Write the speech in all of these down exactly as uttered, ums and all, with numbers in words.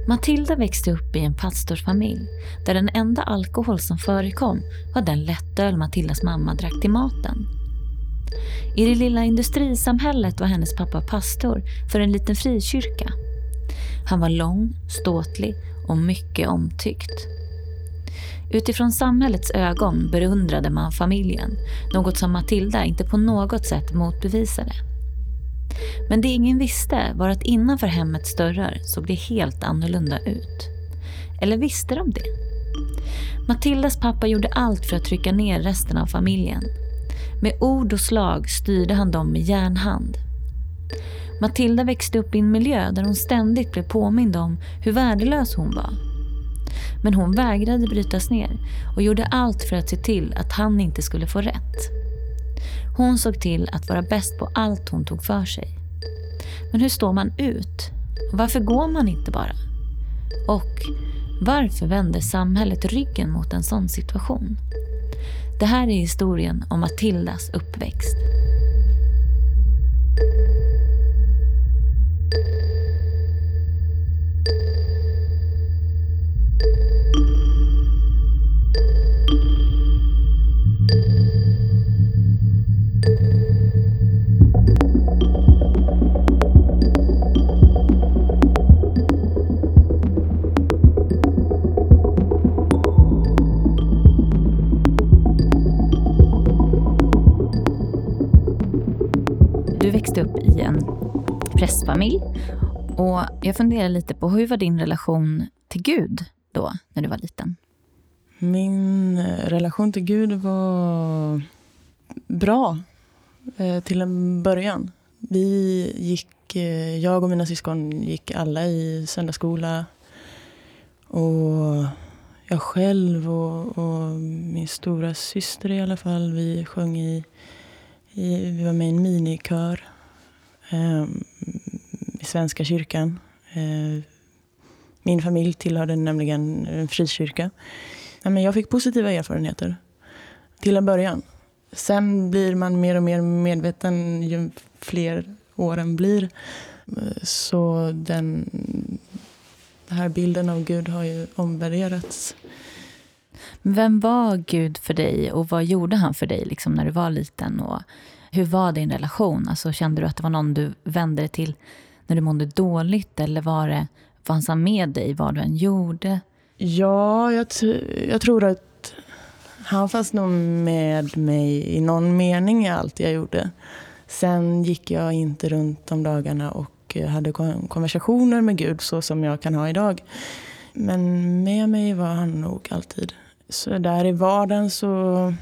Matilda växte upp i en pastorsfamilj där den enda alkohol som förekom var den lättöl Matildas mamma drack till maten. I det lilla industrisamhället var hennes pappa pastor för en liten frikyrka. Han var lång, ståtlig och mycket omtyckt. Utifrån samhällets ögon beundrade man familjen, något som Matilda inte på något sätt motbevisade. Men det ingen visste var att innanför hemmets dörrar såg det helt annorlunda ut. Eller visste de det? Matildas pappa gjorde allt för att trycka ner resten av familjen. Med ord och slag styrde han dem med järnhand. Matilda växte upp i en miljö där hon ständigt blev påmind om hur värdelös hon var. Men hon vägrade brytas ner och gjorde allt för att se till att han inte skulle få rätt. Hon såg till att vara bäst på allt hon tog för sig. Men hur står man ut? Varför går man inte bara? Och varför vänder samhället ryggen mot en sån situation? Det här är historien om Matildas uppväxt. Du växte upp i en prästfamilj och jag funderar lite på hur var din relation till Gud då när du var liten? Min relation till Gud var bra eh, till en början. Vi gick, eh, jag och mina syskon gick alla i söndagsskola och jag själv och, och min stora syster i alla fall, vi sjöng i I, vi var med i en minikör eh, i Svenska kyrkan. Eh, min familj tillhörde nämligen en frikyrka. Ja, men jag fick positiva erfarenheter till en början. Sen blir man mer och mer medveten ju fler åren blir. Så den, den här bilden av Gud har ju omvärderats. Vem var Gud för dig och vad gjorde han för dig liksom när du var liten? Och hur var din relation? Alltså, kände du att det var någon du vände dig till när du mådde dåligt? Eller var det, fanns han med dig vad du än gjorde? Ja, jag, t- jag tror att han fanns nog med mig i någon mening i allt jag gjorde. Sen gick jag inte runt de dagarna och hade konversationer med Gud så som jag kan ha idag. Men med mig var han nog alltid. Så där i vardagen så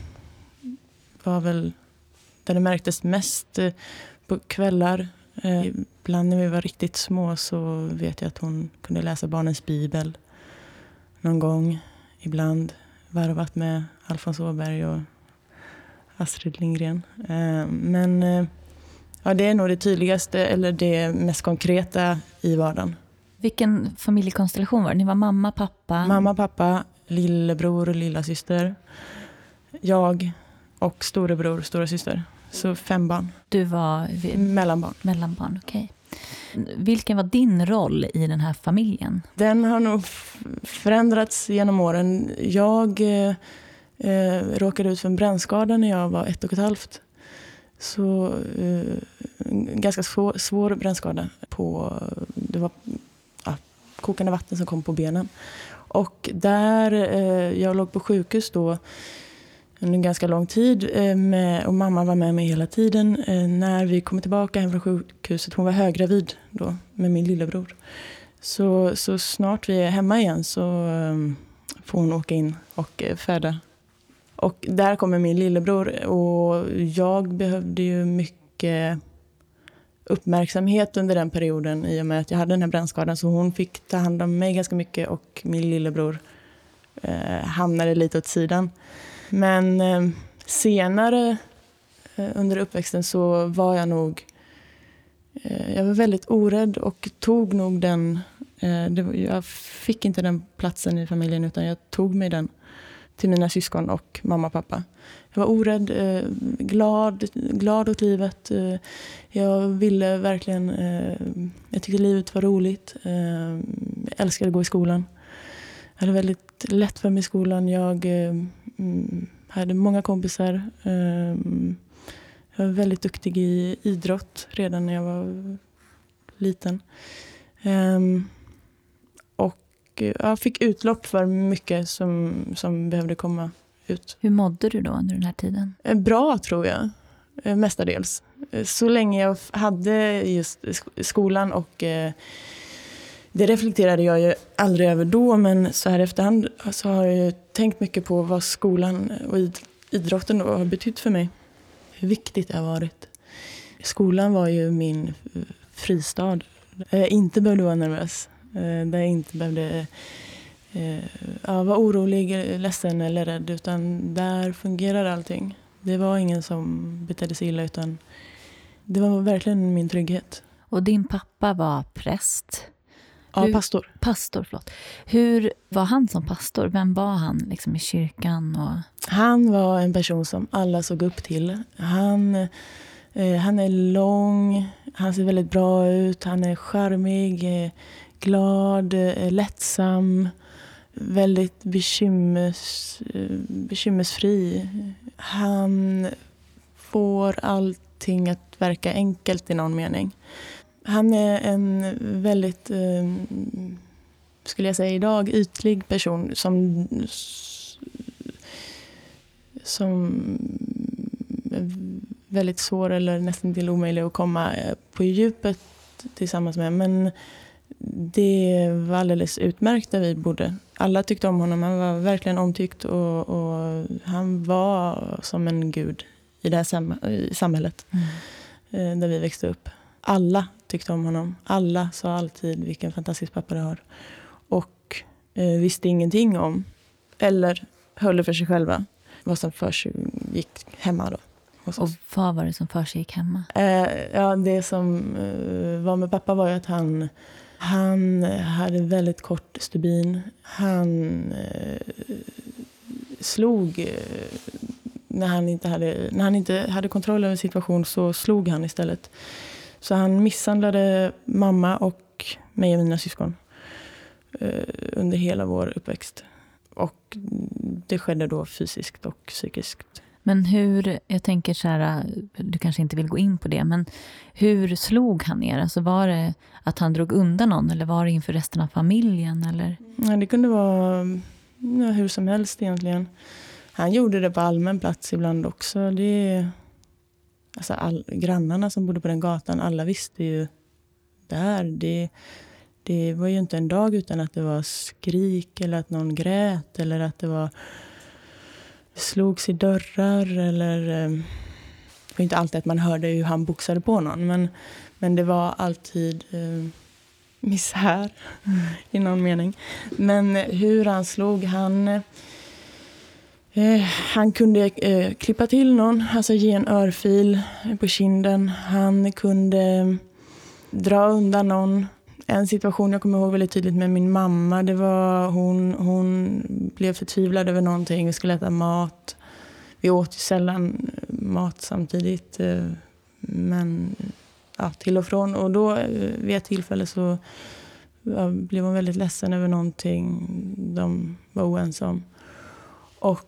var väl där det märktes mest på kvällar. Ibland när vi var riktigt små så vet jag att hon kunde läsa barnens bibel någon gång. Ibland varvat med Alfons Åberg och Astrid Lindgren. Men ja, det är nog det tydligaste eller det mest konkreta i vardagen. Vilken familjekonstellation var det? Ni var mamma, pappa? Mamma, pappa, lillebror och lilla syster. Jag och storebror, stora syster. Så fem barn. Du var... Mellanbarn. Mellanbarn, okej. Okay. Vilken var din roll i den här familjen? Den har nog förändrats genom åren. Jag eh, råkade ut för en brännskada när jag var ett och ett halvt. Så eh, ganska svår, svår brännskada. På, det var ja, kokande vatten som kom på benen. Och där, eh, jag låg på sjukhus då under ganska lång tid eh, med, och mamma var med mig hela tiden. Eh, när vi kom tillbaka hem från sjukhuset, hon var höggravid då med min lillebror. Så, så snart vi är hemma igen så eh, får hon åka in och eh, föda. Och där kommer min lillebror och jag behövde ju mycket uppmärksamhet under den perioden i och med att jag hade den här brännskadan. Så hon fick ta hand om mig ganska mycket och min lillebror eh, hamnade lite åt sidan. Men eh, senare eh, under uppväxten så var jag nog, eh, jag var väldigt orädd och tog nog den, eh, det var, jag fick inte den platsen i familjen utan jag tog mig den till mina syskon och mamma och pappa. Jag var orädd, eh, glad, glad åt livet. Eh, jag ville verkligen, eh, jag tyckte livet var roligt. Eh, älskade att gå i skolan. Jag hade väldigt lätt för mig i skolan. Jag eh, hade många kompisar. Eh, jag var väldigt duktig i idrott redan när jag var liten. Eh, och jag fick utlopp för mycket som, som behövde komma ut. Hur mådde du då under den här tiden? Eh, bra tror jag. Eh, mestadels. Eh, så länge jag hade just skolan och... Eh, Det reflekterade jag ju aldrig över då, men så här efterhand så har jag ju tänkt mycket på vad skolan och idrotten då har betytt för mig. Hur viktigt det har varit. Skolan var ju min fristad. Jag inte behövde vara nervös. Där jag inte behövde ja, vara orolig, ledsen eller rädd. Utan där fungerade allting. Det var ingen som betedde sig illa, utan det var verkligen min trygghet. Och din pappa var präst? Ja, Hur, pastor. Pastor, förlåt. Hur var han som pastor? Vem var han liksom i kyrkan? Och... Han var en person som alla såg upp till. Han, eh, han är lång, han ser väldigt bra ut, han är charmig, eh, glad, eh, lättsam, väldigt bekymmes, eh, bekymmersfri. Han får allting att verka enkelt i någon mening. Han är en väldigt, eh, skulle jag säga idag, ytlig person som, som är väldigt svår eller nästan till omöjlig att komma på djupet tillsammans med. Men det var alldeles utmärkt där vi bodde. Alla tyckte om honom, han var verkligen omtyckt och, och han var som en gud i det här sam- i samhället mm. där vi växte upp. Alla tyckte om honom. Alla sa alltid vilken fantastisk pappa det har. Och eh, visste ingenting om, eller höll det för sig själva, vad som för sig gick hemma då. Och vad var det som för sig gick hemma? Eh, ja, det som eh, var med pappa var ju att han, han hade väldigt kort stubin. Han eh, slog... Eh, när, han inte hade, när han inte hade kontroll över situationen så slog han istället. Så han misshandlade mamma och mig och mina syskon eh, under hela vår uppväxt. Och det skedde då fysiskt och psykiskt. Men hur, jag tänker så här, du kanske inte vill gå in på det, men hur slog han er? Alltså var det att han drog undan någon eller var det inför resten av familjen? Eller? Ja, det kunde vara ja, hur som helst egentligen. Han gjorde det på allmän plats ibland också. Det Alltså all, grannarna som bodde på den gatan, alla visste ju där. Det, det var ju inte en dag utan att det var skrik eller att någon grät eller att det var slogs i dörrar eller det var inte alltid att man hörde hur han boxade på någon, men, men det var alltid eh, misär mm. i någon mening. Men hur han slog, han Eh, han kunde eh, klippa till någon, alltså ge en örfil på kinden. Han kunde dra undan någon. En situation jag kommer ihåg väldigt tydligt med min mamma, det var hon, hon blev förtvivlad över någonting. Vi skulle äta mat. Vi åt ju sällan mat samtidigt, eh, men ja, till och från. Och då eh, vid ett tillfälle så ja, blev hon väldigt ledsen över någonting de var oense om. Och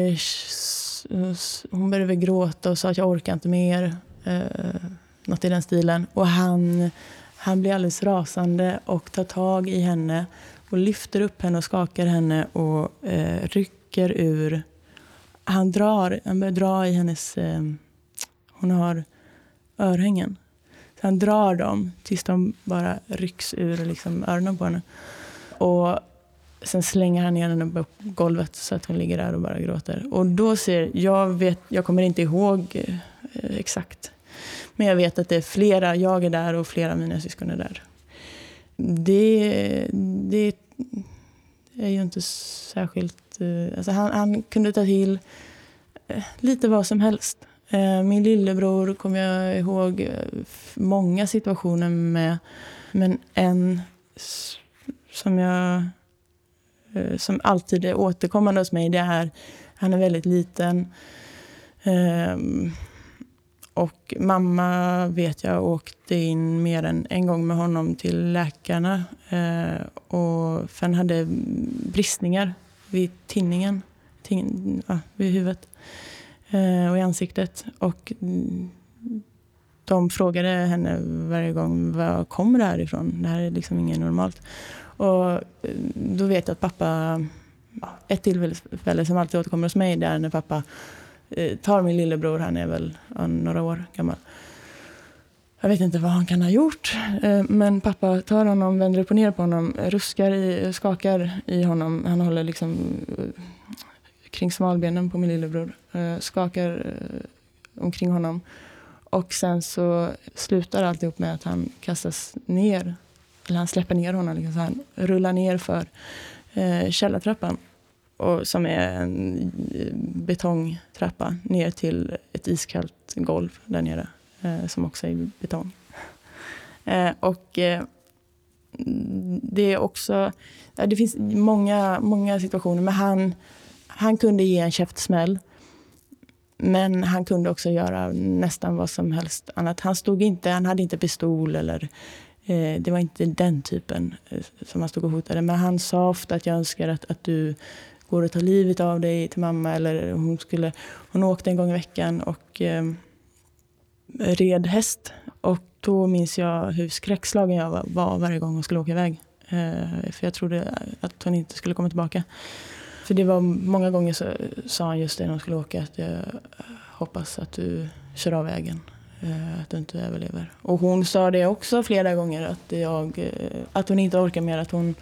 hon började gråta och sa att jag orkar inte mer. Eh, något i den stilen. Och han, han blir alldeles rasande och tar tag i henne och lyfter upp henne och skakar henne och eh, rycker ur. Han drar, han börjar dra i hennes... Eh, hon har örhängen. Så han drar dem tills de bara rycks ur liksom, öronen på henne. Och sen slänger han ner henne på golvet så att hon ligger där och bara gråter. Och då ser jag, vet, jag kommer inte ihåg eh, exakt. Men jag vet att det är flera, jag är där och flera av mina syskon är där. Det, det är ju inte särskilt... Eh, alltså han, han kunde ta till eh, lite vad som helst. Eh, min lillebror kommer jag ihåg eh, många situationer med. Men en som jag... som alltid är återkommande hos mig, det är han är väldigt liten um, Och mamma vet jag åkte in mer än en gång med honom till läkarna. Eh, och för han hade bristningar vid tinningen, tin, ja, vid huvudet eh, och i ansiktet. Och de frågade henne varje gång, var kommer det här ifrån? Det här är liksom inget normalt. Och då vet jag att pappa, ett tillfälle som alltid återkommer hos mig, där när pappa tar min lillebror, han är väl några år gammal. Jag vet inte vad han kan ha gjort, men pappa tar honom, vänder upp och ner på honom, ruskar i, skakar i honom. Han håller liksom kring smalbenen på min lillebror, skakar omkring honom. Och sen så slutar alltihop med att han kastas ner, eller han släpper ner honom, liksom, så han rullar ner för eh, källartrappan. Och, som är en betongtrappa ner till ett iskallt golv där nere, eh, som också är betong. Eh, och eh, det är också, ja, det finns många, många situationer, men han, han kunde ge en käftsmäll. Men han kunde också göra nästan vad som helst annat. Han stod inte, han hade inte pistol eller eh, det var inte den typen eh, som han stod och hotade. Men han sa ofta att jag önskar att, att du går och tar livet av dig till mamma. Eller hon skulle, hon åkte en gång i veckan och eh, red häst. Och då minns jag hur skräckslagen jag var, var varje gång hon skulle åka iväg. Eh, för jag trodde att hon inte skulle komma tillbaka. För det var många gånger så sa han just det när hon skulle åka, att jag hoppas att du kör av vägen, att du inte överlever. Och hon sa det också flera gånger, att, jag, att hon inte orkar mer, att hon,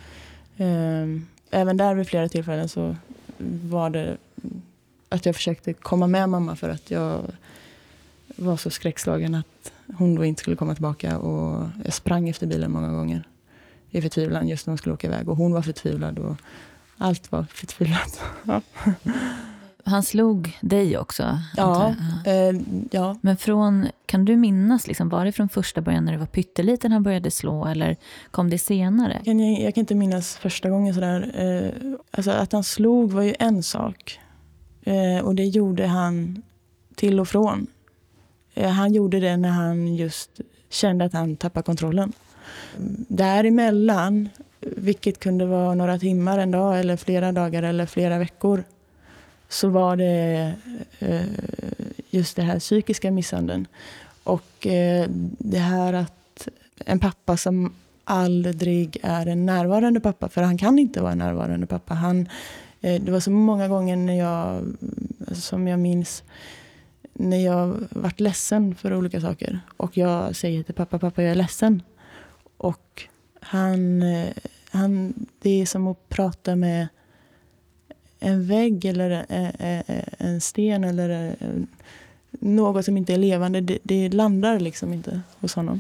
även där vid flera tillfällen så var det att jag försökte komma med mamma för att jag var så skräckslagen att hon då inte skulle komma tillbaka, och jag sprang efter bilen många gånger i förtvivlan just när hon skulle åka iväg, och hon var förtvivlad och allt var förtvivlat. Ja. Han slog dig också? Ja, eh, ja. Men från, kan du minnas, liksom, var det från första början när du var pytteliten han började slå, eller kom det senare? Jag, jag, jag kan inte minnas första gången sådär. Eh, alltså att han slog var ju en sak. Eh, och det gjorde han till och från. Eh, han gjorde det när han just kände att han tappade kontrollen. Däremellan, vilket kunde vara några timmar en dag eller flera dagar eller flera veckor, så var det eh, just det här psykiska misshandeln. Och eh, det här att en pappa som aldrig är en närvarande pappa, för han kan inte vara en närvarande pappa. Han, eh, det var så många gånger när jag, som jag minns, när jag varit ledsen för olika saker. Och jag säger till pappa, pappa jag är ledsen. Och han, han, det är som att prata med en vägg eller en sten eller något som inte är levande. Det, det landar liksom inte hos honom.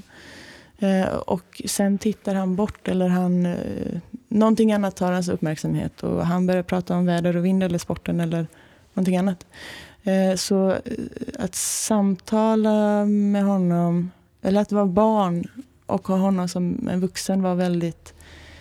Och sen tittar han bort, eller han, någonting annat tar hans uppmärksamhet, och han börjar prata om väder och vind eller sporten eller någonting annat. Så att samtala med honom, eller att vara barn och ha honom som en vuxen, var väldigt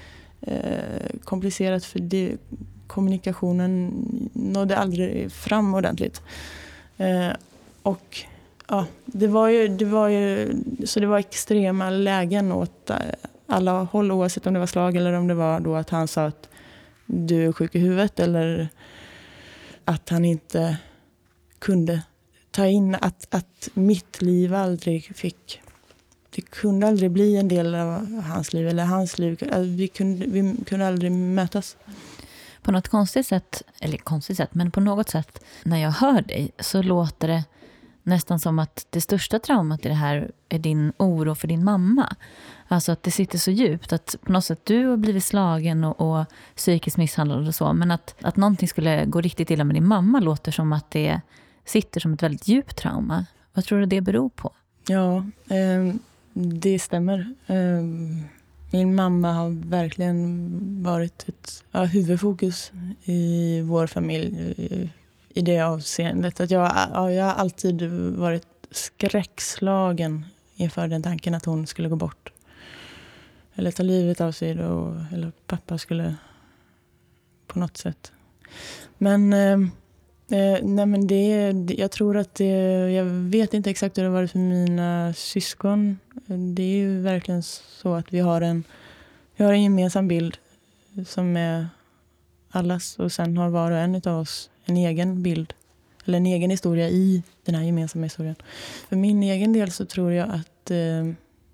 eh, komplicerat, för det, kommunikationen nådde aldrig fram ordentligt. Eh, och ja, det var ju, det var ju, så det var extrema lägen åt alla håll, oavsett om det var slag eller om det var då att han sa att du är sjuk i huvudet, eller att han inte kunde ta in att, att mitt liv aldrig fick, det kunde aldrig bli en del av hans liv eller hans liv. Vi kunde, vi kunde aldrig mötas. På något konstigt sätt, eller konstigt sätt, men på något sätt när jag hör dig så låter det nästan som att det största traumat i det här är din oro för din mamma. Alltså att det sitter så djupt att på något sätt du har blivit slagen och, och psykiskt misshandlad och så, men att, att någonting skulle gå riktigt illa med din mamma låter som att det sitter som ett väldigt djupt trauma. Vad tror du det beror på? Ja, eh, det stämmer. Eh, min mamma har verkligen varit ett ja, huvudfokus i vår familj i, i det avseendet. Att jag, ja, jag har alltid varit skräckslagen inför den tanken att hon skulle gå bort. Eller ta livet av sig då, eller pappa skulle på något sätt. Men eh, Eh, nej men det, jag tror att det, jag vet inte exakt hur det har varit för mina syskon. Det är ju verkligen så att vi har en, vi har en gemensam bild som är allas, och sen har var och en av oss en egen bild eller en egen historia i den här gemensamma historien. För min egen del så tror jag att eh,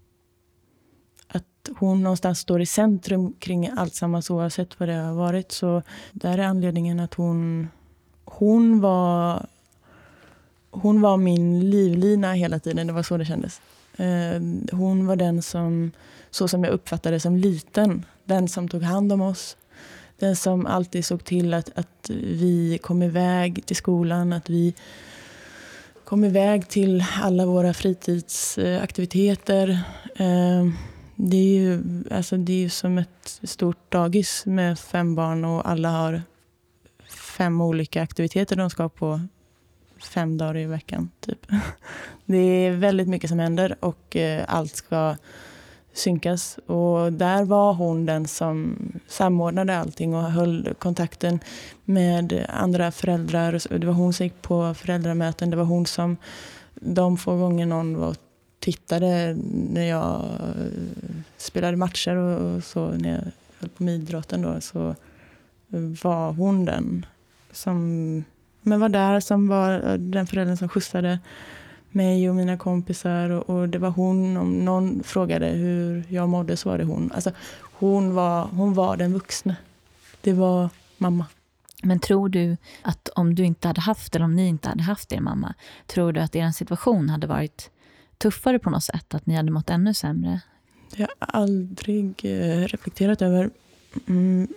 att hon någonstans står i centrum kring allt sammans oavsett vad det har varit. Så där är anledningen att hon hon var hon var min livlina hela tiden. Det var så det kändes. Eh, hon var den som, så som jag uppfattade som liten, den som tog hand om oss. Den som alltid såg till att, att vi kom iväg till skolan, att vi kom iväg till alla våra fritidsaktiviteter. Eh, det är ju, alltså det är ju som ett stort dagis med fem barn och alla har fem olika aktiviteter de ska på fem dagar i veckan. Typ. Det är väldigt mycket som händer och eh, allt ska synkas. Och där var hon den som samordnade allting och höll kontakten med andra föräldrar. Det var hon som gick på föräldramöten. Det var hon som de få gånger någon var och tittade när jag spelade matcher och så, när jag höll på med idrotten då, så var hon den som men var där, som var den föräldern som skjutsade mig och mina kompisar, och, och det var hon, om någon frågade hur jag mådde så var det hon. Alltså hon var, hon var den vuxna. Det var mamma. Men tror du att om du inte hade haft, eller om ni inte hade haft er mamma, tror du att er situation hade varit tuffare på något sätt? Att ni hade mått ännu sämre? Det har jag aldrig eh, reflekterat över. Mm.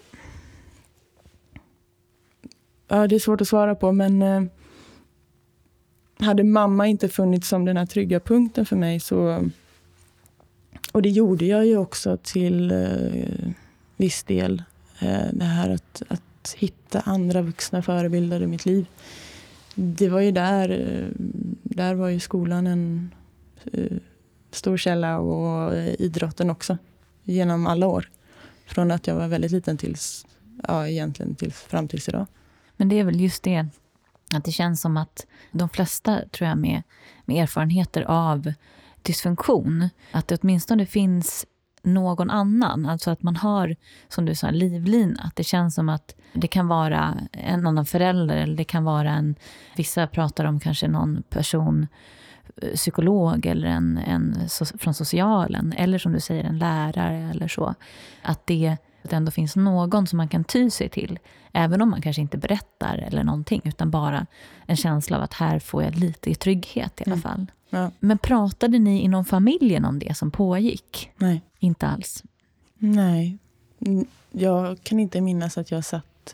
Ja, det är svårt att svara på, men eh, hade mamma inte funnits som den här trygga punkten för mig så, och det gjorde jag ju också till eh, viss del, eh, det här att, att hitta andra vuxna förebilder i mitt liv. Det var ju där, eh, där var ju skolan en eh, stor källa, och eh, idrotten också genom alla år. Från att jag var väldigt liten tills, ja egentligen tills, fram tills idag. Men det är väl just det, att det känns som att de flesta, tror jag, med, med erfarenheter av dysfunktion, att det åtminstone finns någon annan, alltså att man har, som du sa, livlina. Att det känns som att det kan vara en annan förälder, eller det kan vara en, vissa pratar om kanske någon person, psykolog eller en, en från socialen, eller som du säger en lärare eller så. Att det att ändå finns någon som man kan ty sig till, även om man kanske inte berättar eller någonting, utan bara en känsla av att här får jag lite trygghet i alla fall. Mm. Ja. Men pratade ni inom familjen om det som pågick? Nej. Inte alls? Nej. Jag kan inte minnas att jag satt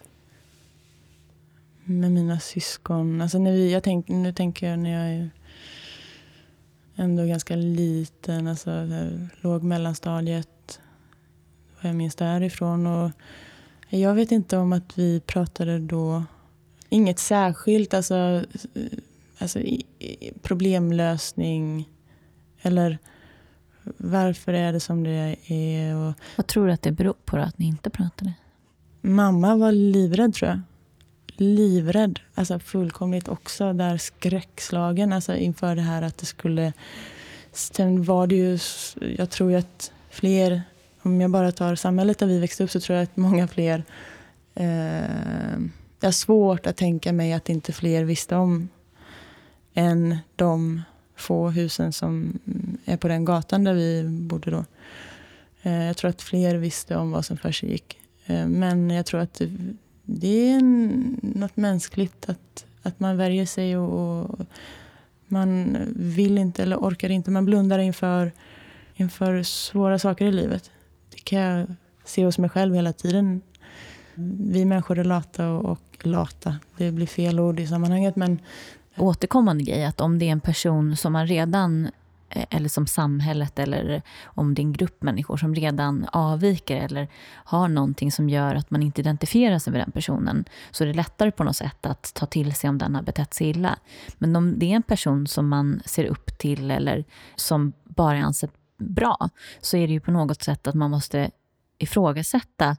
med mina syskon. Alltså när vi, jag tänk, nu tänker jag när jag är ändå ganska liten, alltså där, låg mellanstadiet, vad jag minns därifrån, och jag vet inte om att vi pratade då, inget särskilt, alltså, alltså problemlösning eller varför är det som det är. Och vad tror du att det beror på då, att ni inte pratade? Mamma var livrädd, tror jag. Livrädd, alltså fullkomligt också där, skräckslagen, alltså inför det här att det skulle, sen var det ju, jag tror ju att fler, om jag bara tar samhället där vi växte upp, så tror jag att många fler, eh, det är svårt att tänka mig att inte fler visste om än de få husen som är på den gatan där vi bodde då. Eh, jag tror att fler visste om vad som försiggick. Eh, men jag tror att det, det är en, något mänskligt att, att man värjer sig och, och man vill inte eller orkar inte, man blundar inför, inför svåra saker i livet. Det kan jag se hos mig själv hela tiden. Vi människor är lata och, och lata. Det blir fel ord i sammanhanget. Men återkommande grej, att om det är en person som man redan, eller som samhället, eller om det är en grupp människor som redan avviker eller har någonting som gör att man inte identifierar sig med den personen, så är det lättare på något sätt att ta till sig om den har betett sig illa. Men om det är en person som man ser upp till eller som bara är ansett bra, så är det ju på något sätt att man måste ifrågasätta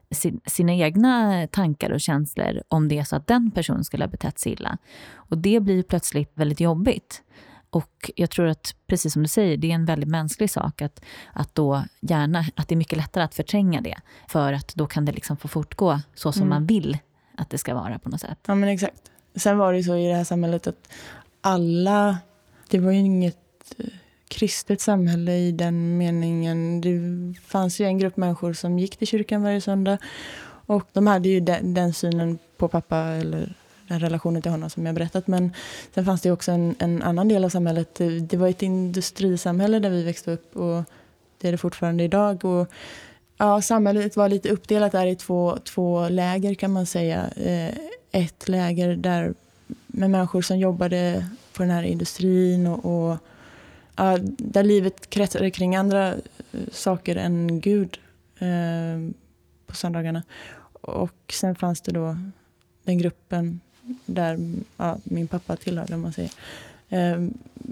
sin, sina egna tankar och känslor om det är så att den personen skulle ha betett sig illa. Och det blir plötsligt väldigt jobbigt. Och jag tror att, precis som du säger, det är en väldigt mänsklig sak att, att då gärna, att det är mycket lättare att förtränga det. För att då kan det liksom få fortgå så som mm. man vill att det ska vara på något sätt. Ja, men exakt. Sen var det ju så i det här samhället att alla, det var ju inget kristet samhälle i den meningen. Det fanns ju en grupp människor som gick till kyrkan varje söndag. Och de hade ju den, den synen på pappa eller den relationen till honom som jag berättat. Men sen fanns det också en, en annan del av samhället. Det var ett industrisamhälle där vi växte upp och det är det fortfarande idag. Och ja, samhället var lite uppdelat där i två, två läger kan man säga. Eh, ett läger där med människor som jobbade på den här industrin och, och ja, där livet kretsade kring andra saker än Gud eh, på söndagarna. Och sen fanns det då den gruppen där ja, min pappa tillhörde, om man säger. Eh,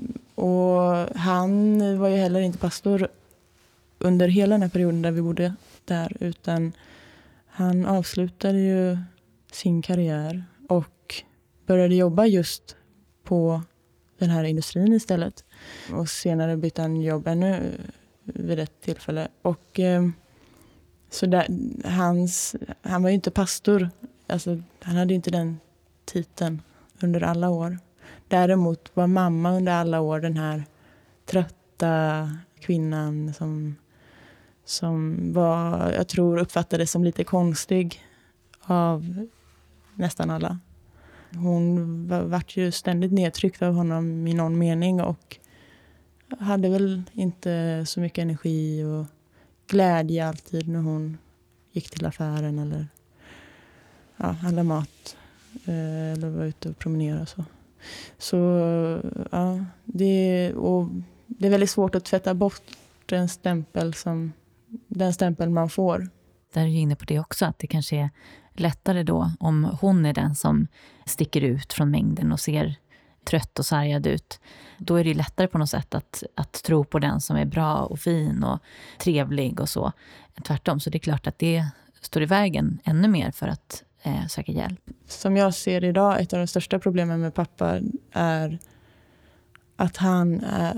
och han var ju heller inte pastor under hela den här perioden där vi bodde där, utan han avslutade ju sin karriär och började jobba just på den här industrin istället. Och senare bytte han jobb ännu vid ett tillfälle. Och eh, så där, hans, han var ju inte pastor. Alltså, han hade ju inte den titeln under alla år. Däremot var mamma under alla år den här trötta kvinnan som, som var, jag tror uppfattades som lite konstig av nästan alla. Hon var, vart ju ständigt nedtryckt av honom i någon mening och hade väl inte så mycket energi och glädje alltid när hon gick till affären eller ja, handla mat eh, eller var ute och promenera och så. Så ja, det, och det är väldigt svårt att tvätta bort den stämpel som den stämpel man får. Där är ju inne på det också, att det kanske är lättare då om hon är den som sticker ut från mängden och ser trött och sargad ut. Då är det lättare på något sätt att, att tro på den som är bra och fin och trevlig och så. Tvärtom, så det är klart att det står i vägen ännu mer för att eh, söka hjälp. Som jag ser idag, ett av de största problemen med pappa är att han eh,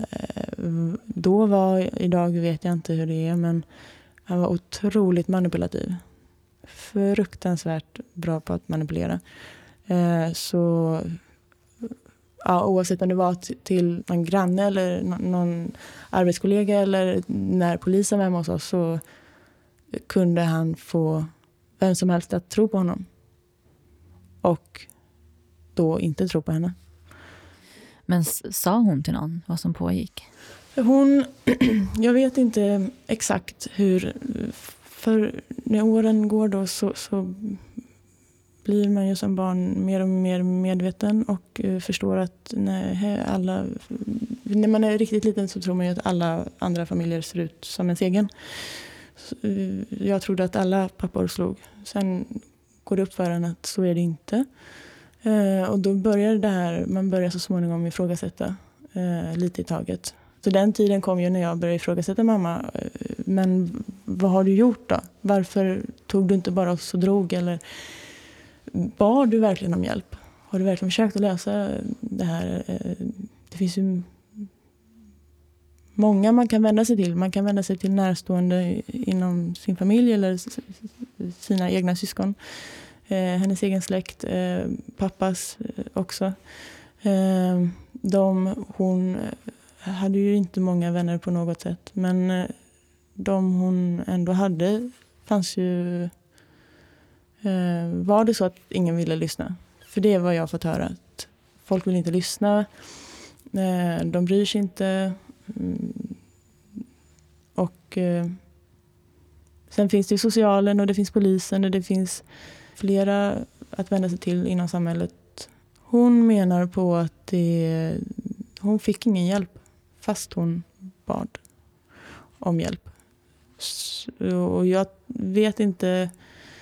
då var, idag vet jag inte hur det är, men han var otroligt manipulativ. Fruktansvärt bra på att manipulera. Eh, så ja, oavsett om det var t- till någon granne eller n- någon arbetskollega eller när polisen var hemma hos oss, så kunde han få vem som helst att tro på honom. Och då inte tro på henne. Men s- sa hon till någon vad som pågick? Hon, jag vet inte exakt hur, för när åren går då så, så blir man ju som barn mer och mer medveten och förstår att nej, alla, när man är riktigt liten så tror man ju att alla andra familjer ser ut som ens egen. Jag trodde att alla pappor slog. Sen går det upp för en att så är det inte. Och då börjar det här, man börjar så småningom ifrågasätta lite i taget. Så den tiden kom ju när jag började ifrågasätta mamma. Men vad har du gjort då? Varför tog du inte bara oss och drog? Eller bad du verkligen om hjälp? Har du verkligen försökt att lösa det här? Det finns ju många man kan vända sig till. Man kan vända sig till närstående inom sin familj eller sina egna syskon. Hennes egen släkt, pappas också. De, hon hade ju inte många vänner på något sätt. Men de hon ändå hade fanns ju... Var det så att ingen ville lyssna? För det är vad jag har fått höra. Att folk vill inte lyssna. De bryr sig inte. Och sen finns det socialen och det finns polisen och det finns flera att vända sig till inom samhället. Hon menar på att det, hon fick ingen hjälp fast hon bad om hjälp. Och jag vet inte,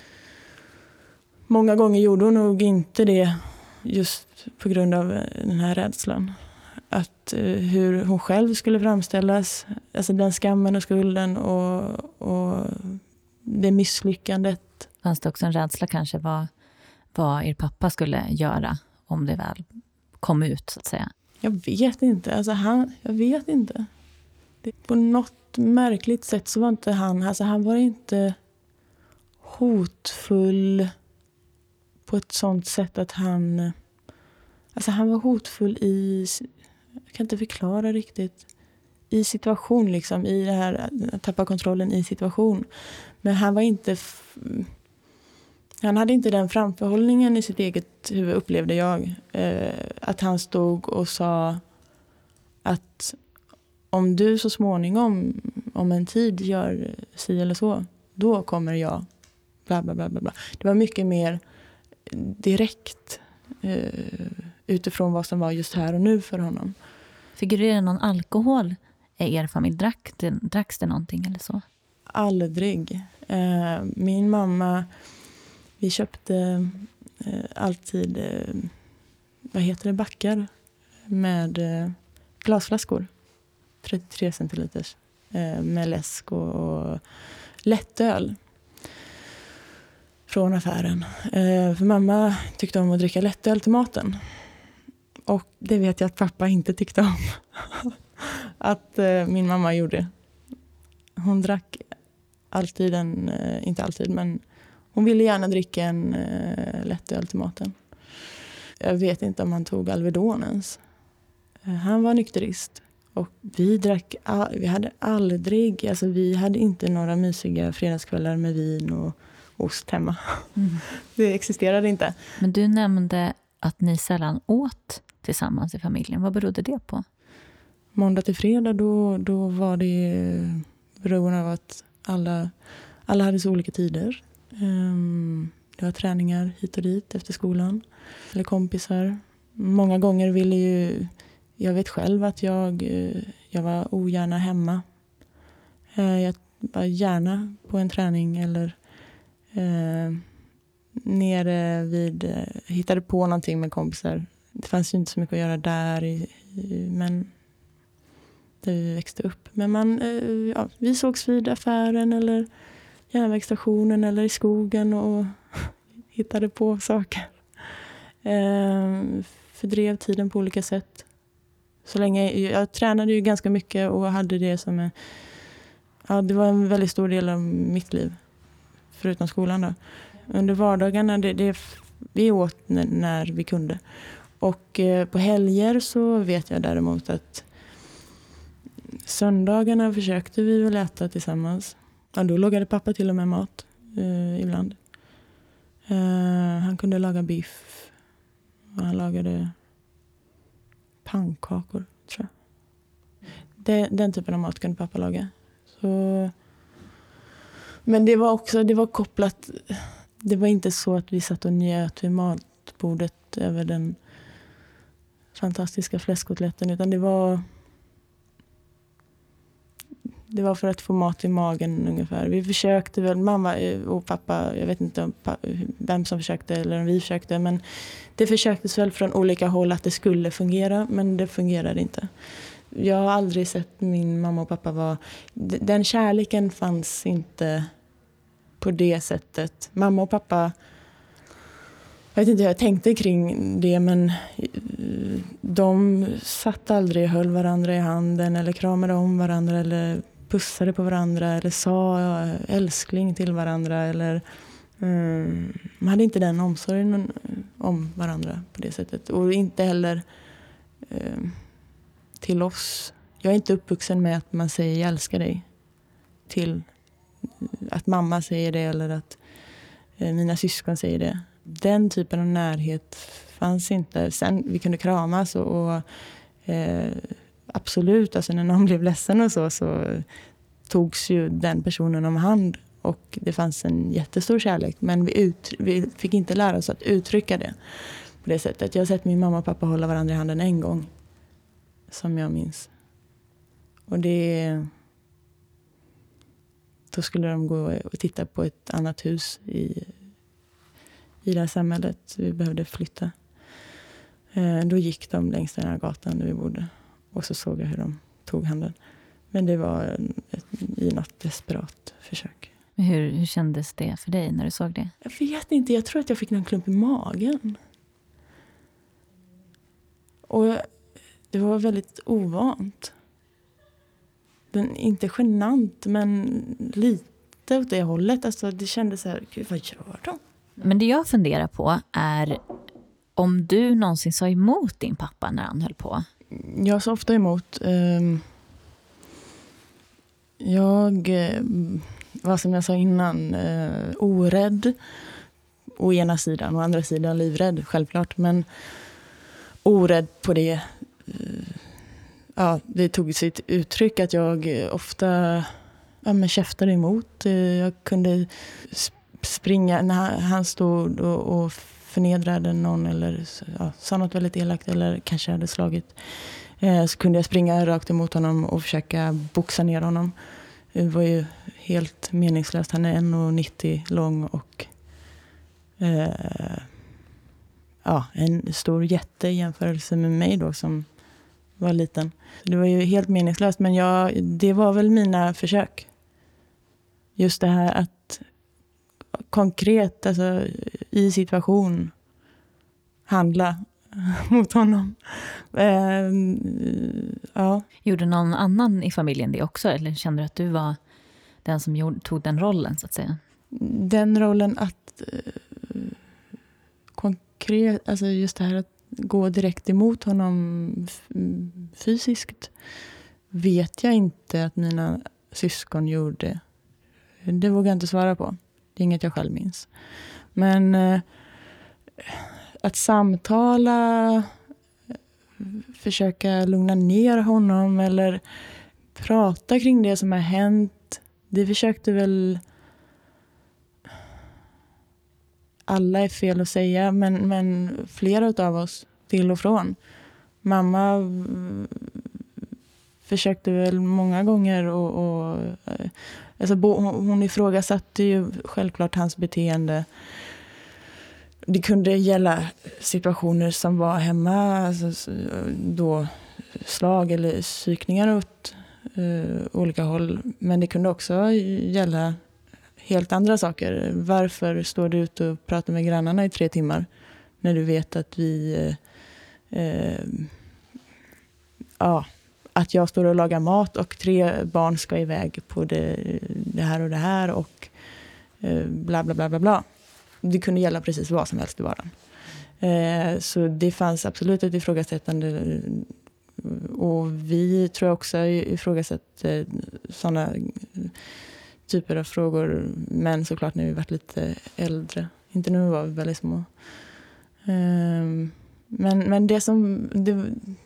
många gånger gjorde hon nog inte det just på grund av den här rädslan. Att hur hon själv skulle framställas, alltså den skammen och skulden och, och det misslyckandet Fanns det också en rädsla kanske vad, vad er pappa skulle göra om det väl kom ut så att säga? Jag vet inte. Alltså han, jag vet inte. Det, på något märkligt sätt så var inte han... Alltså han var inte hotfull på ett sånt sätt att han... Alltså han var hotfull i... Jag kan inte förklara riktigt. I situation liksom. I det här att tappa kontrollen i situation. Men han var inte... Han hade inte den framförhållningen i sitt eget huvud, upplevde jag. Eh, att han stod och sa att om du så småningom, om en tid gör si eller så, då kommer jag. Bla, bla, bla, bla. Det var mycket mer direkt eh, utifrån vad som var just här och nu för honom. Figurerar någon alkohol i er familj? Drack det, dracks det någonting eller så? Aldrig. Eh, min mamma... Vi köpte eh, alltid, eh, vad heter det, backar med eh, glasflaskor. trettiotre centiliters eh, med läsk och, och lättöl från affären. Eh, för mamma tyckte om att dricka lättöl till maten. Och det vet jag att pappa inte tyckte om. att eh, min mamma gjorde. Hon drack alltid en, eh, inte alltid men hon ville gärna dricka en eh, lättöl till maten. Jag vet inte om han tog Alvedon ens. Eh, han var nykterist. Och vi drack, all, vi hade aldrig, alltså vi hade inte några mysiga fredagskvällar med vin och ost hemma. Mm. Det existerade inte. Men du nämnde att ni sällan åt tillsammans i familjen. Vad berodde det på? Måndag till fredag då, då var det beroende av att alla, alla hade så olika tider. Um, det var träningar hit och dit efter skolan. Eller kompisar. Många gånger ville ju... Jag vet själv att jag, jag var ogärna hemma. Uh, jag var gärna på en träning eller uh, nere vid... Uh, hittade på någonting med kompisar. Det fanns ju inte så mycket att göra där. I, i, men där vi växte upp. Men man, uh, ja, vi sågs vid affären eller... järnvägsstationen eller i skogen och hittade på saker. Eh, fördrev tiden på olika sätt. Så länge, jag tränade ju ganska mycket och hade det som en... Ja, det var en väldigt stor del av mitt liv. Förutom skolan då. Under vardagarna, det, det, vi åt när, när vi kunde. Och eh, på helger så vet jag däremot att söndagarna försökte vi väl äta tillsammans. Ja, då lagade pappa till och med mat eh, ibland. Eh, han kunde laga biff. Och han lagade pannkakor, tror jag. Det, den typen av mat kunde pappa laga. Så, men det var också det var kopplat... Det var inte så att vi satt och njöt vid matbordet över den fantastiska fläskkotletten. Utan det var... Det var för att få mat i magen ungefär. Vi försökte väl, mamma och pappa, jag vet inte om pappa, vem som försökte eller om vi försökte. Men det försöktes väl från olika håll att det skulle fungera, men det fungerade inte. Jag har aldrig sett min mamma och pappa vara... Den kärleken fanns inte på det sättet. Mamma och pappa... Jag vet inte hur jag tänkte kring det, men de satt aldrig och höll varandra i handen eller kramade om varandra eller pussade på varandra eller sa älskling till varandra. Eller, um, man hade inte den omsorgen om varandra på det sättet. Och inte heller um, till oss. Jag är inte uppvuxen med att man säger jag älskar dig. Till att mamma säger det eller att uh, mina syskon säger det. Den typen av närhet fanns inte. Sen vi kunde kramas och, och eh, absolut, alltså när någon blev ledsen och så, så togs ju den personen om hand och det fanns en jättestor kärlek. Men vi, ut, vi fick inte lära oss att uttrycka det på det sättet. Jag har sett min mamma och pappa hålla varandra i handen en gång som jag minns. Och det... Då skulle de gå och titta på ett annat hus i i det här samhället. Vi behövde flytta. Eh, då gick de längs den här gatan där vi bodde. Och så såg jag hur de tog handen. Men det var ett, i något desperat försök. Hur, hur kändes det för dig när du såg det? Jag vet inte, jag tror att jag fick någon klump i magen. Och det var väldigt ovant. Den, inte genant, men lite åt det hållet. Alltså, det kändes så här, gud, vad gör de? Men det jag funderar på är om du någonsin sa emot din pappa när han höll på. Jag sa ofta emot. Um, jag uh, var som jag sa innan uh, orädd. Å ena sidan och å andra sidan livrädd, självklart. Men orädd på det. Uh, ja, det tog sitt uttryck att jag ofta ja, men käftade emot. Uh, jag kunde springa när han stod och, och förnedrade någon eller ja, sa något väldigt elakt eller kanske hade slagit. Eh, så kunde jag springa rakt emot honom och försöka boxa ner honom. Det var ju helt meningslöst. Han är en komma nittio lång och eh, ja, en stor jätte i jämförelse med mig då som var liten. Det var ju helt meningslöst, men jag, det var väl mina försök. Just det här att konkret, alltså i situation handla mot honom. Eh, ja. Gjorde någon annan i familjen det också? Eller kände du att du var den som gjorde, tog den rollen så att säga? Den rollen att eh, konkret, alltså just det här att gå direkt emot honom f- fysiskt vet jag inte att mina syskon gjorde. Det vågar jag inte svara på. Det är inget jag själv minns. Men eh, att samtala, försöka lugna ner honom eller prata kring det som har hänt. Det försökte väl alla är fel att säga, men, men flera av oss till och från. Mamma försökte väl många gånger och, och alltså, hon ifrågasatte ju självklart hans beteende. Det kunde gälla situationer som var hemma, alltså, då slag eller psykningar åt uh, olika håll. Men det kunde också gälla helt andra saker. Varför står du ute och pratar med grannarna i tre timmar när du vet att vi uh, uh, ja, att jag står och lagar mat och tre barn ska iväg på det, det här och det här och uh, bla bla bla bla bla. Det kunde gälla precis vad som helst i vardagen. Eh, så det fanns absolut ett ifrågasättande. Och vi tror jag också ifrågasätter sådana typer av frågor. Men såklart när vi varit lite äldre. Inte när vi var väldigt små. Eh, men, men det som... Det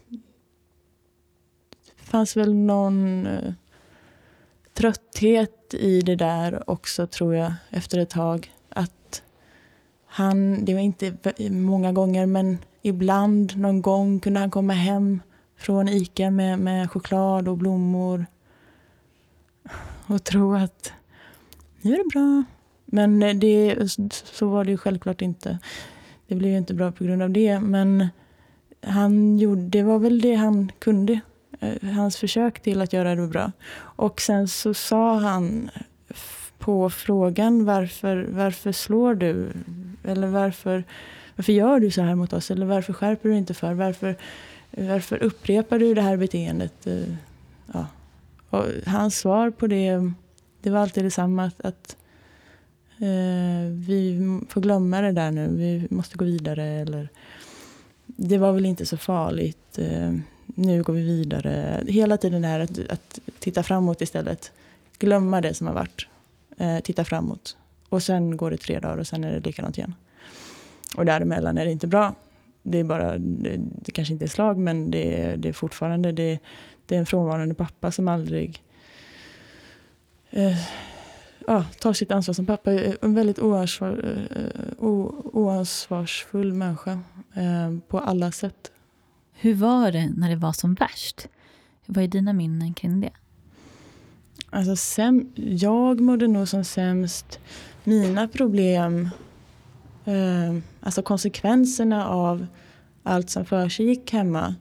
fanns väl någon eh, trötthet i det där också, tror jag, efter ett tag. Att han, det var inte många gånger, men ibland, någon gång kunde han komma hem från Ica med, med choklad och blommor och tro att nu är det bra. Men det, så var det ju självklart inte. Det blev ju inte bra på grund av det, men han gjorde, det var väl det han kunde. Hans försök till att göra det bra. Och sen så sa han på frågan varför, varför slår du? Eller varför, varför gör du så här mot oss? Eller varför skärper du inte för? Varför, varför upprepar du det här beteendet? Ja. Och hans svar på det, det var alltid detsamma. Att, att eh, vi får glömma det där nu. Vi måste gå vidare. Eller, det var väl inte så farligt. Eh, nu går vi vidare. Hela tiden det här att, att titta framåt istället. Glömma det som har varit. Eh, titta framåt. Och sen går det tre dagar och sen är det likadant igen. Och däremellan är det inte bra. Det är bara, det, det kanske inte är slag, men det är, det är fortfarande, det, det är en frånvarande pappa som aldrig eh, ja, tar sitt ansvar som pappa. En väldigt oansvar, eh, o, oansvarsfull människa eh, på alla sätt. Hur var det när det var som värst? Vad är dina minnen kring det? Alltså, säm, jag mådde nog som sämst. Mina problem, eh, alltså konsekvenserna av allt som för sig gick hemma,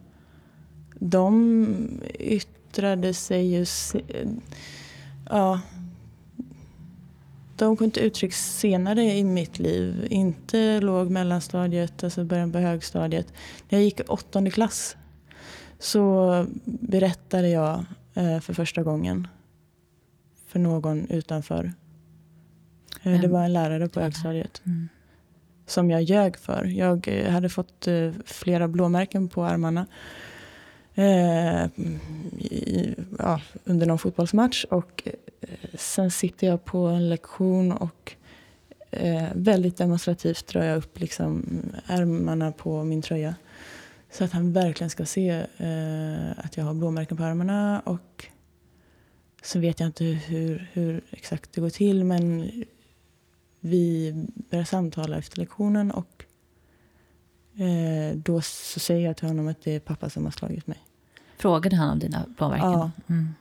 de yttrade sig ju, ja, de kom till uttryck senare i mitt liv. Inte låg mellanstadiet, alltså början på högstadiet. När jag gick i åttonde klass så berättade jag eh, för första gången för någon utanför. Eh, det var en lärare på högstadiet mm. som jag ljög för. Jag eh, hade fått eh, flera blåmärken på armarna eh, i, ja, under någon fotbollsmatch. Och eh, sen sitter jag på en lektion och eh, väldigt demonstrativt drar jag upp liksom, ärmarna på min tröja. Så att han verkligen ska se eh, att jag har blåmärken på armarna. Och så vet jag inte hur, hur exakt det går till. Men vi börjar samtala efter lektionen. Och eh, då så säger jag till honom att det är pappa som har slagit mig. Frågade han om dina blåmärken? Ja. Mm.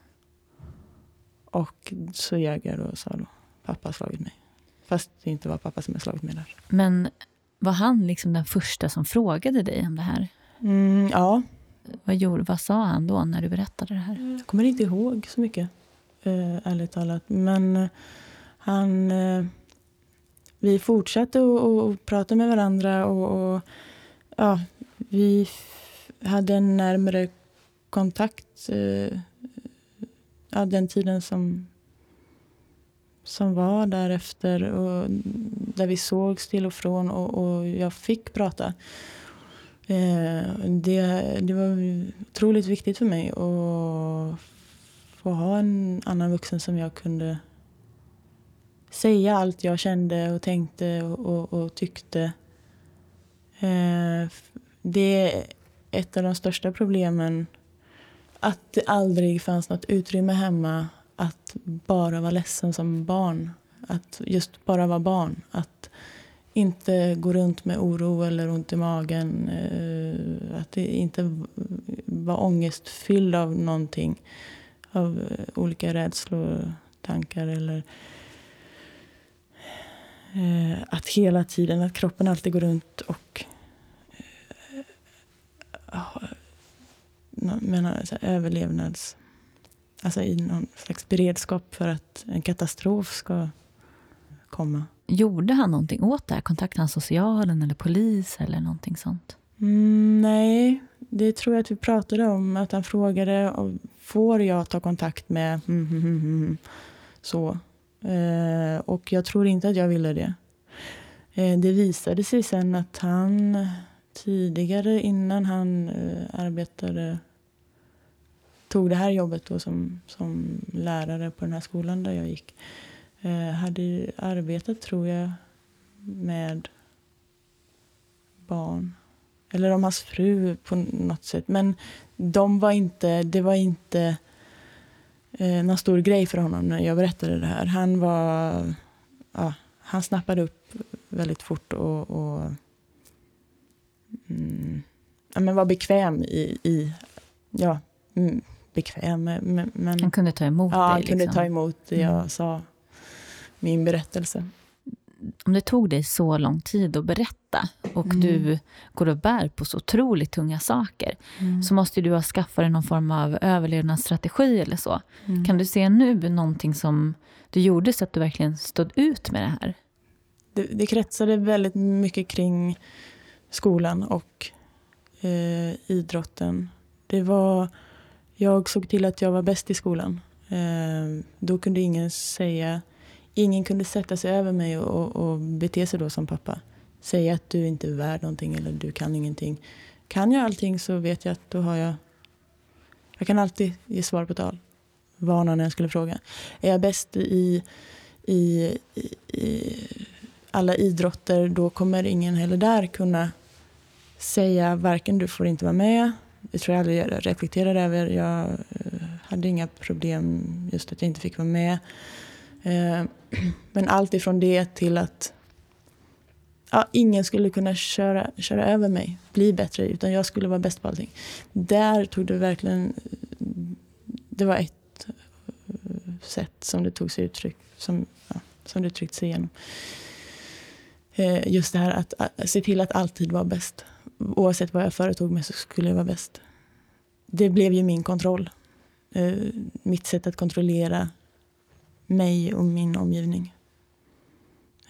Och så ljög jag då och sa då, pappa har slagit mig. Fast det inte var pappa som har slagit mig där. Men var han liksom den första som frågade dig om det här? Mm, ja. Vad, gjorde, vad sa han då när du berättade det här? Jag kommer inte ihåg så mycket, eh, ärligt talat. Men eh, han... Eh, vi fortsatte att prata med varandra. Och, och ja, vi f- hade en närmare kontakt eh, ja, den tiden som, som var därefter. Och där vi sågs till och från och, och jag fick prata. Eh, det, det var otroligt viktigt för mig att få ha en annan vuxen som jag kunde säga allt jag kände och tänkte och, och, och tyckte. Eh, det är ett av de största problemen, att det aldrig fanns något utrymme hemma att bara vara ledsen som barn. Att just bara vara barn. Att inte gå runt med oro eller ont i magen. Att det inte var ångestfylld av någonting. Av olika rädslor, tankar eller... Att hela tiden, att kroppen alltid går runt och... menar, så här, överlevnads... Alltså i någon slags beredskap för att en katastrof ska komma. Gjorde han någonting åt det här? Kontaktade han socialen eller polis eller någonting sånt? Mm, nej, det tror jag att vi pratade om. Att han frågade, får jag ta kontakt med... Mm, mm, mm, mm, så. Eh, och jag tror inte att jag ville det. Eh, det visade sig sen att han tidigare, innan han eh, arbetade... tog det här jobbet då som, som lärare på den här skolan där jag gick. Eh, hade arbetat, tror jag, med barn. Eller om hans fru på något sätt. Men de var inte, det var inte eh, någon stor grej för honom när jag berättade det här. Han var, ja, han snappade upp väldigt fort och, och mm, ja, men var bekväm i, i ja, mm, bekväm. Men, men, han kunde ta emot ja, dig. han liksom. kunde ta emot det jag mm. sa, min berättelse. Om det tog dig så lång tid att berätta och mm. du går och bär på så otroligt tunga saker mm. så måste du ha skaffat dig någon form av överlevnadsstrategi eller så. Mm. Kan du se nu någonting som du gjorde så att du verkligen stod ut med det här? Det, det kretsade väldigt mycket kring skolan och eh, idrotten. Det var, jag såg till att jag var bäst i skolan. Eh, då kunde ingen säga... Ingen kunde sätta sig över mig och, och bete sig då som pappa. Säga att du inte är värd någonting eller du kan ingenting. Kan jag allting så vet jag att då har jag... Jag kan alltid ge svar på tal. Vad någon jag skulle fråga. Är jag bäst i, i, i, i alla idrotter, då kommer ingen heller där kunna säga varken du får inte vara med. Det tror jag aldrig jag reflekterade över. Jag hade inga problem just att jag inte fick vara med. Men allt ifrån det till att ja, ingen skulle kunna köra, köra över mig, bli bättre, utan jag skulle vara bäst på allting. Där tog det verkligen, det var ett sätt som det tog sig uttryck, som, ja, som det tryckte sig igenom. Just det här att, att se till att alltid vara bäst. Oavsett vad jag företog mig så skulle jag vara bäst. Det blev ju min kontroll. Mitt sätt att kontrollera mig och min omgivning.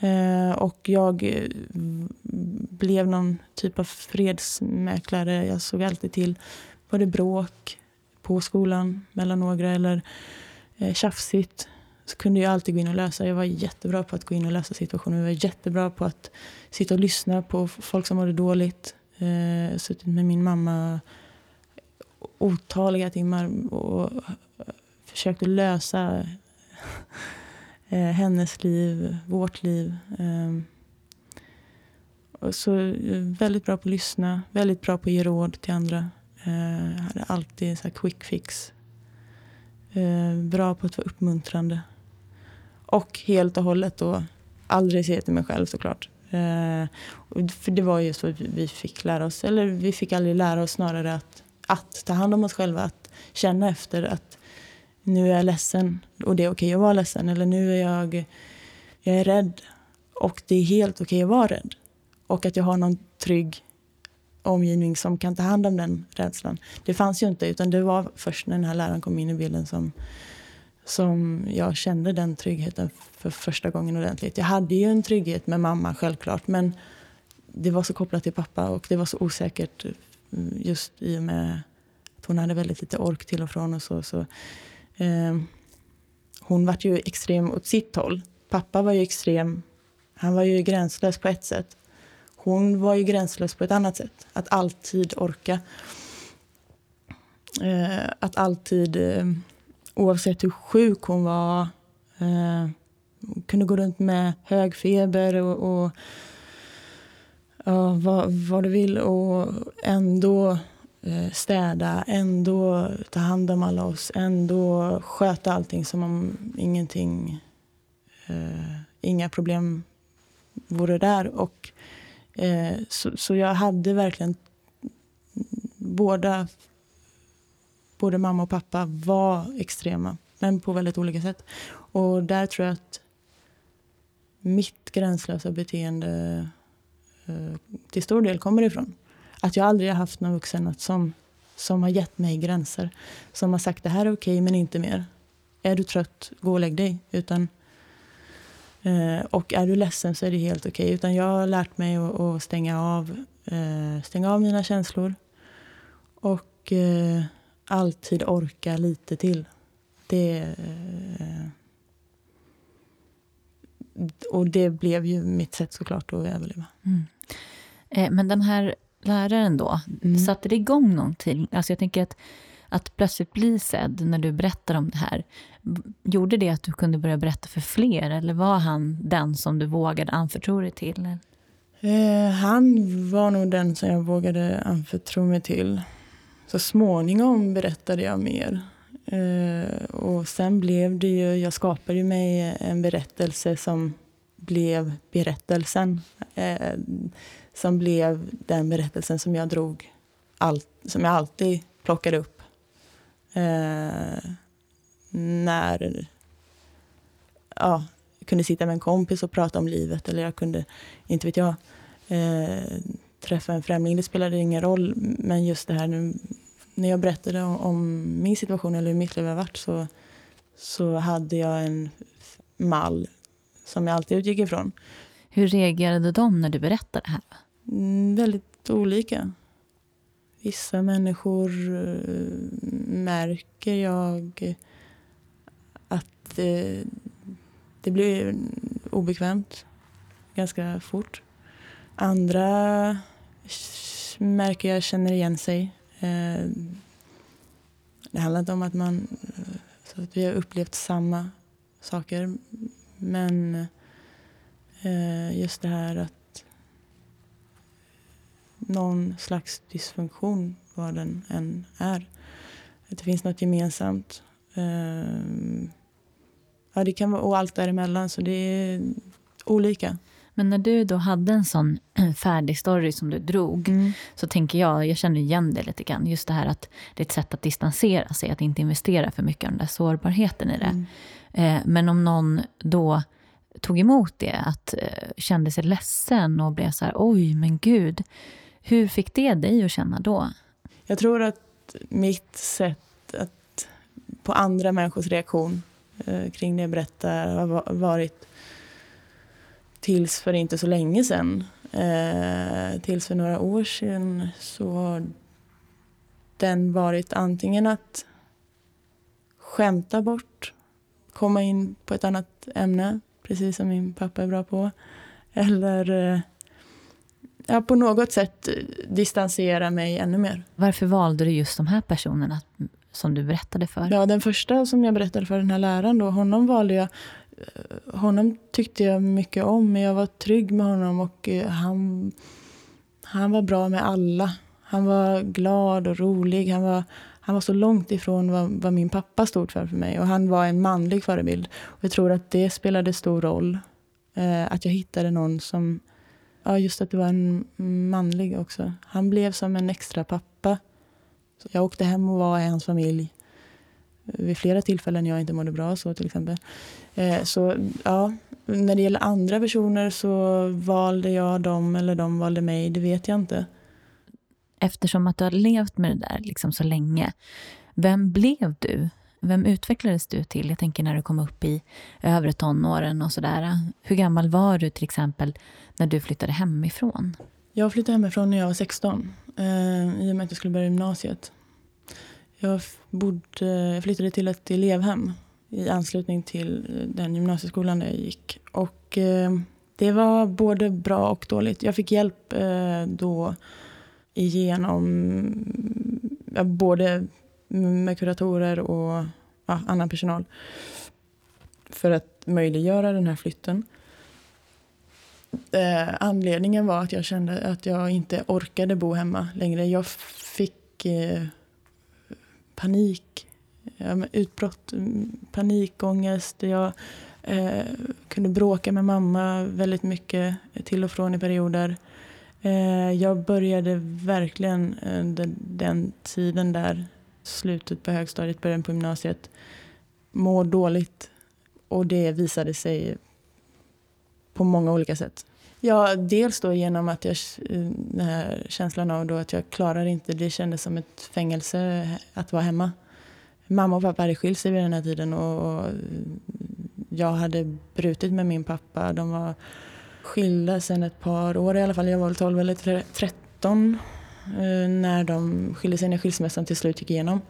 Eh, och jag eh, blev någon typ av fredsmäklare. Jag såg alltid till, var det bråk på skolan mellan några eller eh, tjafsigt, så kunde jag alltid gå in och lösa. Jag var jättebra på att gå in och lösa situationer. Jag var jättebra på att sitta och lyssna på folk som mådde dåligt. Eh, suttit med min mamma otaliga timmar och försökte lösa eh, hennes liv, vårt liv. Eh, och så väldigt bra på att lyssna, väldigt bra på att ge råd till andra. Eh, hade alltid så här quick fix. Eh, bra på att vara uppmuntrande. Och helt och hållet då aldrig se till mig själv såklart. Eh, för det var ju så att vi fick lära oss, eller vi fick aldrig lära oss snarare att, att ta hand om oss själva, att känna efter att nu är jag ledsen och det är okej att vara ledsen, eller nu är jag, jag är rädd och det är helt okej att vara rädd. Och att jag har någon trygg omgivning som kan ta hand om den rädslan. Det fanns ju inte, utan det var först när den här läraren kom in i bilden som som jag kände den tryggheten för första gången ordentligt. Jag hade ju en trygghet med mamma självklart, men det var så kopplat till pappa och det var så osäkert just i och med att hon hade väldigt lite ork till och från och så. så eh, hon var ju extrem åt sitt håll. Pappa var ju extrem, han var ju gränslös på ett sätt. Hon var ju gränslös på ett annat sätt. Att alltid orka. Eh, att alltid... Eh, Oavsett hur sjuk hon var, eh, kunde gå runt med hög feber och, och ja, vad, vad du vill och ändå eh, städa, ändå ta hand om alla oss, ändå sköta allting som om ingenting, eh, inga problem vore där. Och, eh, så, så jag hade verkligen båda Både mamma och pappa var extrema, men på väldigt olika sätt. Och där tror jag att mitt gränslösa beteende eh, till stor del kommer ifrån. Att jag aldrig har haft någon vuxen som, som har gett mig gränser. Som har sagt, det här är okej men inte mer. Är du trött, gå och lägg dig. Utan, eh, och är du ledsen så är det helt okej. Utan jag har lärt mig att, att stänga av, eh, stänga av mina känslor. Och... Eh, alltid orka lite till. Det, och det blev ju mitt sätt såklart att överleva. Mm. Eh, men den här läraren då, mm. satte det igång någonting? Alltså jag tänker att, att plötsligt bli sedd när du berättar om det här. Gjorde det att du kunde börja berätta för fler? Eller var han den som du vågade anförtro dig till? Eh, han var nog den som jag vågade anförtro mig till. Så småningom berättade jag mer. Eh, och sen blev det ju, jag skapade ju mig en berättelse som blev berättelsen. Eh, som blev den berättelsen som jag drog, allt, som jag alltid plockade upp. Eh, när ja, jag kunde sitta med en kompis och prata om livet. Eller jag kunde, inte vet jag, eh, träffa en främling. Det spelade ingen roll, men just det här nu, när jag berättade om, om min situation eller hur mitt liv har varit, så, så hade jag en mall som jag alltid utgick ifrån. Hur reagerade de när du berättade det här? Mm, väldigt olika. Vissa människor märker jag att eh, det blir obekvämt ganska fort. Andra märker jag känner igen sig. Eh, det handlar inte om att man så att vi har upplevt samma saker, men eh, just det här att någon slags dysfunktion, vad den än är, att det finns något gemensamt. Eh, ja, det kan vara, och allt däremellan, så det är olika. Men när du då hade en sån färdig story som du drog, mm. så tänker jag, jag känner igen det lite grann. Just det här att det är ett sätt att distansera sig, att inte investera för mycket av den där sårbarheten i det. Mm. Eh, men om någon då tog emot det, att eh, kände sig ledsen och blev så här, oj men gud, hur fick det dig att känna då? Jag tror att mitt sätt att på andra människors reaktion eh, kring det jag berättar har varit Tills för inte så länge sedan. Eh, tills för några år sedan så har den varit antingen att skämta bort, komma in på ett annat ämne, precis som min pappa är bra på. Eller eh, ja, på något sätt distansera mig ännu mer. Varför valde du just de här personerna som du berättade för? Ja, den första som jag berättade för, den här läraren då, honom valde jag. Honom tyckte jag mycket om, men jag var trygg med honom och han, han var bra med alla. Han var glad och rolig. Han var, han var så långt ifrån vad, vad min pappa stod för för mig. Och han var en manlig förebild. Och jag tror att det spelade stor roll. Eh, att jag hittade någon som... Ja, just att det var en manlig också. Han blev som en extra pappa. Så jag åkte hem och var i hans familj. Vid flera tillfällen jag inte mådde bra, så till exempel. Eh, så ja, när det gäller andra personer så valde jag dem eller de valde mig, det vet jag inte. Eftersom att du har levt med det där liksom så länge, vem blev du? Vem utvecklades du till? Jag tänker när du kom upp i övre tonåren och sådär. Hur gammal var du till exempel när du flyttade hemifrån? Jag flyttade hemifrån när jag var sexton, eh, i och med att jag skulle börja gymnasiet. Jag, bodde, jag flyttade till ett elevhem i anslutning till den gymnasieskolan där jag gick. Och eh, det var både bra och dåligt. Jag fick hjälp eh, då igenom ja, både med kuratorer och ja, annan personal för att möjliggöra den här flytten. Eh, anledningen var att jag kände att jag inte orkade bo hemma längre. Jag fick eh, panik, ja, utbrott, panikångest. Jag eh, kunde bråka med mamma väldigt mycket till och från i perioder. Eh, jag började verkligen under den tiden där, slutet på högstadiet, början på gymnasiet, må dåligt. Och det visade sig på många olika sätt. Ja, dels då genom att jag, den här känslan av då att jag klarar inte, det kändes som ett fängelse att vara hemma. Mamma och pappa hade skilt sig vid den här tiden och jag hade brutit med min pappa. De var skilda sedan ett par år i alla fall. Jag var tolv eller tretton när de skilde sig, när skilsmässan till slut gick igenom.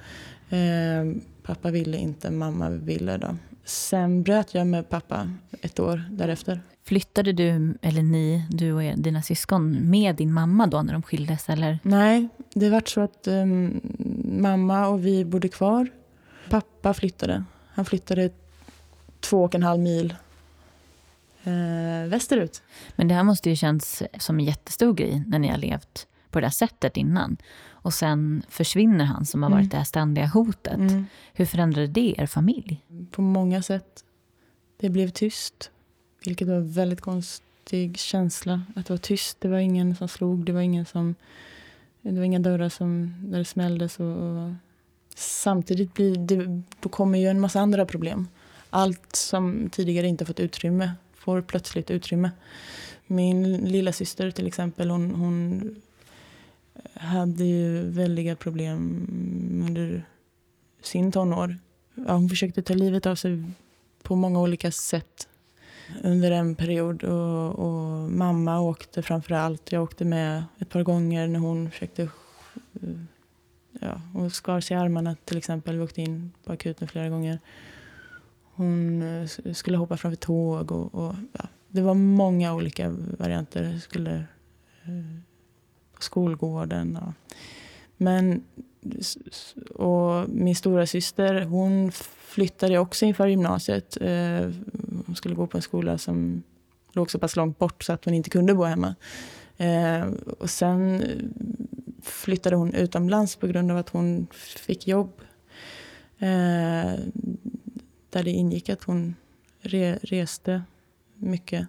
Pappa ville inte, mamma ville då. Sen bröt jag med pappa ett år därefter. Flyttade du, eller ni, du och dina syskon, med din mamma då när de skildes? Eller? Nej, det var så att um, mamma och vi bodde kvar. Pappa flyttade. Han flyttade två och en halv mil eh, västerut. Men det här måste ju känns som en jättestor grej när ni har levt på det här sättet innan. Och sen försvinner han som har varit mm. det här ständiga hotet. Mm. Hur förändrade det er familj? På många sätt. Det blev tyst. Vilket var en väldigt konstig känsla. Att det var tyst. Det var ingen som slog. Det var ingen som... Det var inga dörrar som, där det smälldes. Och, och samtidigt blir det, då kommer ju en massa andra problem. Allt som tidigare inte fått utrymme får plötsligt utrymme. Min lilla syster till exempel, hon... hon hade ju väldiga problem under sin tonår. Ja, hon försökte ta livet av sig på många olika sätt under en period. Och, och mamma åkte framför allt. Jag åkte med ett par gånger när hon försökte... Ja, hon skar sig i armarna till exempel. Vi åkte in på akuten flera gånger. Hon skulle hoppa framför tåg. Och, och, ja, det var många olika varianter. Skulle... skolgården. Ja. Men och min stora syster, hon flyttade också inför gymnasiet. Hon skulle gå på en skola som låg så pass långt bort så att hon inte kunde bo hemma. Och sen flyttade hon utomlands på grund av att hon fick jobb. Där det ingick att hon re- reste mycket.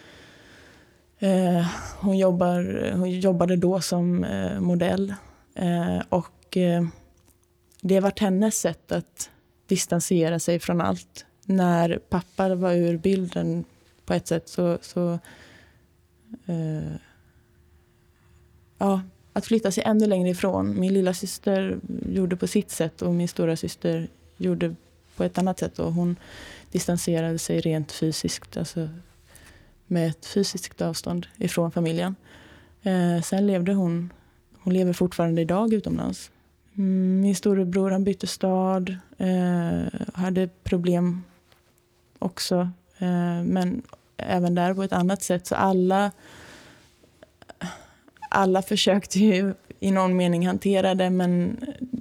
Eh, hon, jobbar, hon jobbade då som eh, modell eh, och eh, det var hennes sätt att distansera sig från allt. När pappa var ur bilden på ett sätt så, så eh, ja, att flytta sig ännu längre ifrån. Min lilla syster gjorde på sitt sätt och min stora syster gjorde på ett annat sätt och hon distanserade sig rent fysiskt, alltså med ett fysiskt avstånd ifrån familjen. Eh, sen levde hon, hon lever fortfarande idag utomlands. Mm, min storebror, han bytte stad, eh, hade problem också, eh, men även där på ett annat sätt. Så alla, alla försökte ju i någon mening hantera det, men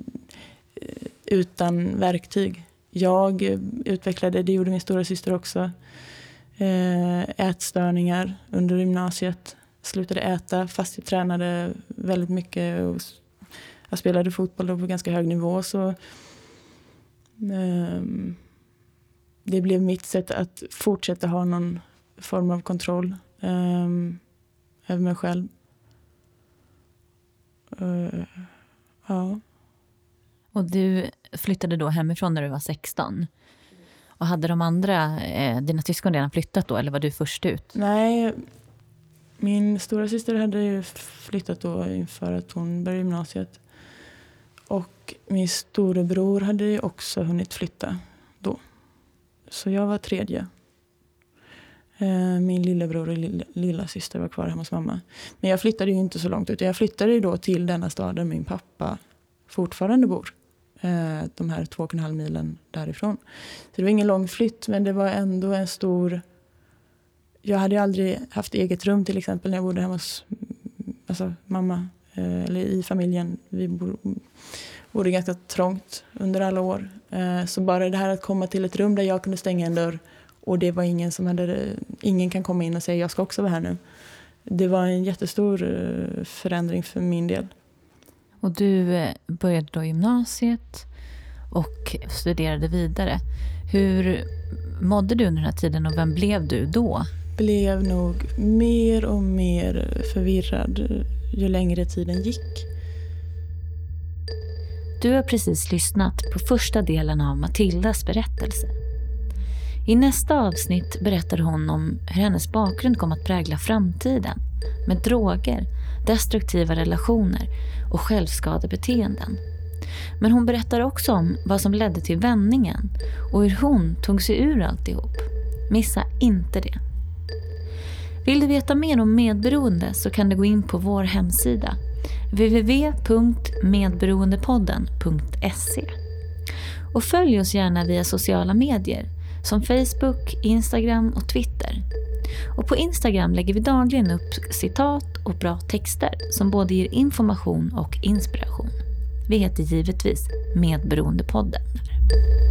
utan verktyg. Jag utvecklade, det gjorde min stora syster också, ätstörningar under gymnasiet. Slutade äta fast jag tränade väldigt mycket och jag spelade fotboll på ganska hög nivå, så um, det blev mitt sätt att fortsätta ha någon form av kontroll um, över mig själv. Uh, ja. Och du flyttade då hemifrån när du var sexton. Och hade de andra, eh, dina syskon redan flyttat då, eller var du först ut? Nej, min stora syster hade ju flyttat då inför att hon började gymnasiet. Och min storebror hade ju också hunnit flytta då. Så jag var tredje. Eh, min lillebror och lilla, lilla syster var kvar hemma hos mamma. Men jag flyttade ju inte så långt ut. Jag flyttade ju då till denna stad där min pappa fortfarande bor. De här två och en halv milen därifrån. Så det var ingen lång flytt, men det var ändå en stor... Jag hade ju aldrig haft eget rum till exempel när jag bodde hemma hos alltså, mamma. Eller i familjen. Vi bodde ganska trångt under alla år. Så bara det här att komma till ett rum där jag kunde stänga en dörr och det var ingen som hade... Ingen kan komma in och säga jag ska också vara här nu. Det var en jättestor förändring för min del. Och du började då gymnasiet och studerade vidare. Hur mådde du under den här tiden och vem blev du då? Blev nog mer och mer förvirrad ju längre tiden gick. Du har precis lyssnat på första delen av Matildas berättelse. I nästa avsnitt berättar hon om hur hennes bakgrund kom att prägla framtiden med droger, destruktiva relationer och självskadebeteenden. Men hon berättar också om vad som ledde till vändningen och hur hon tog sig ur alltihop. Missa inte det. Vill du veta mer om medberoende så kan du gå in på vår hemsida w w w punkt medberoendepodden punkt se och följ oss gärna via sociala medier som Facebook, Instagram och Twitter. Och på Instagram lägger vi dagligen upp citat och bra texter som både ger information och inspiration. Vi heter givetvis Medberoendepodden.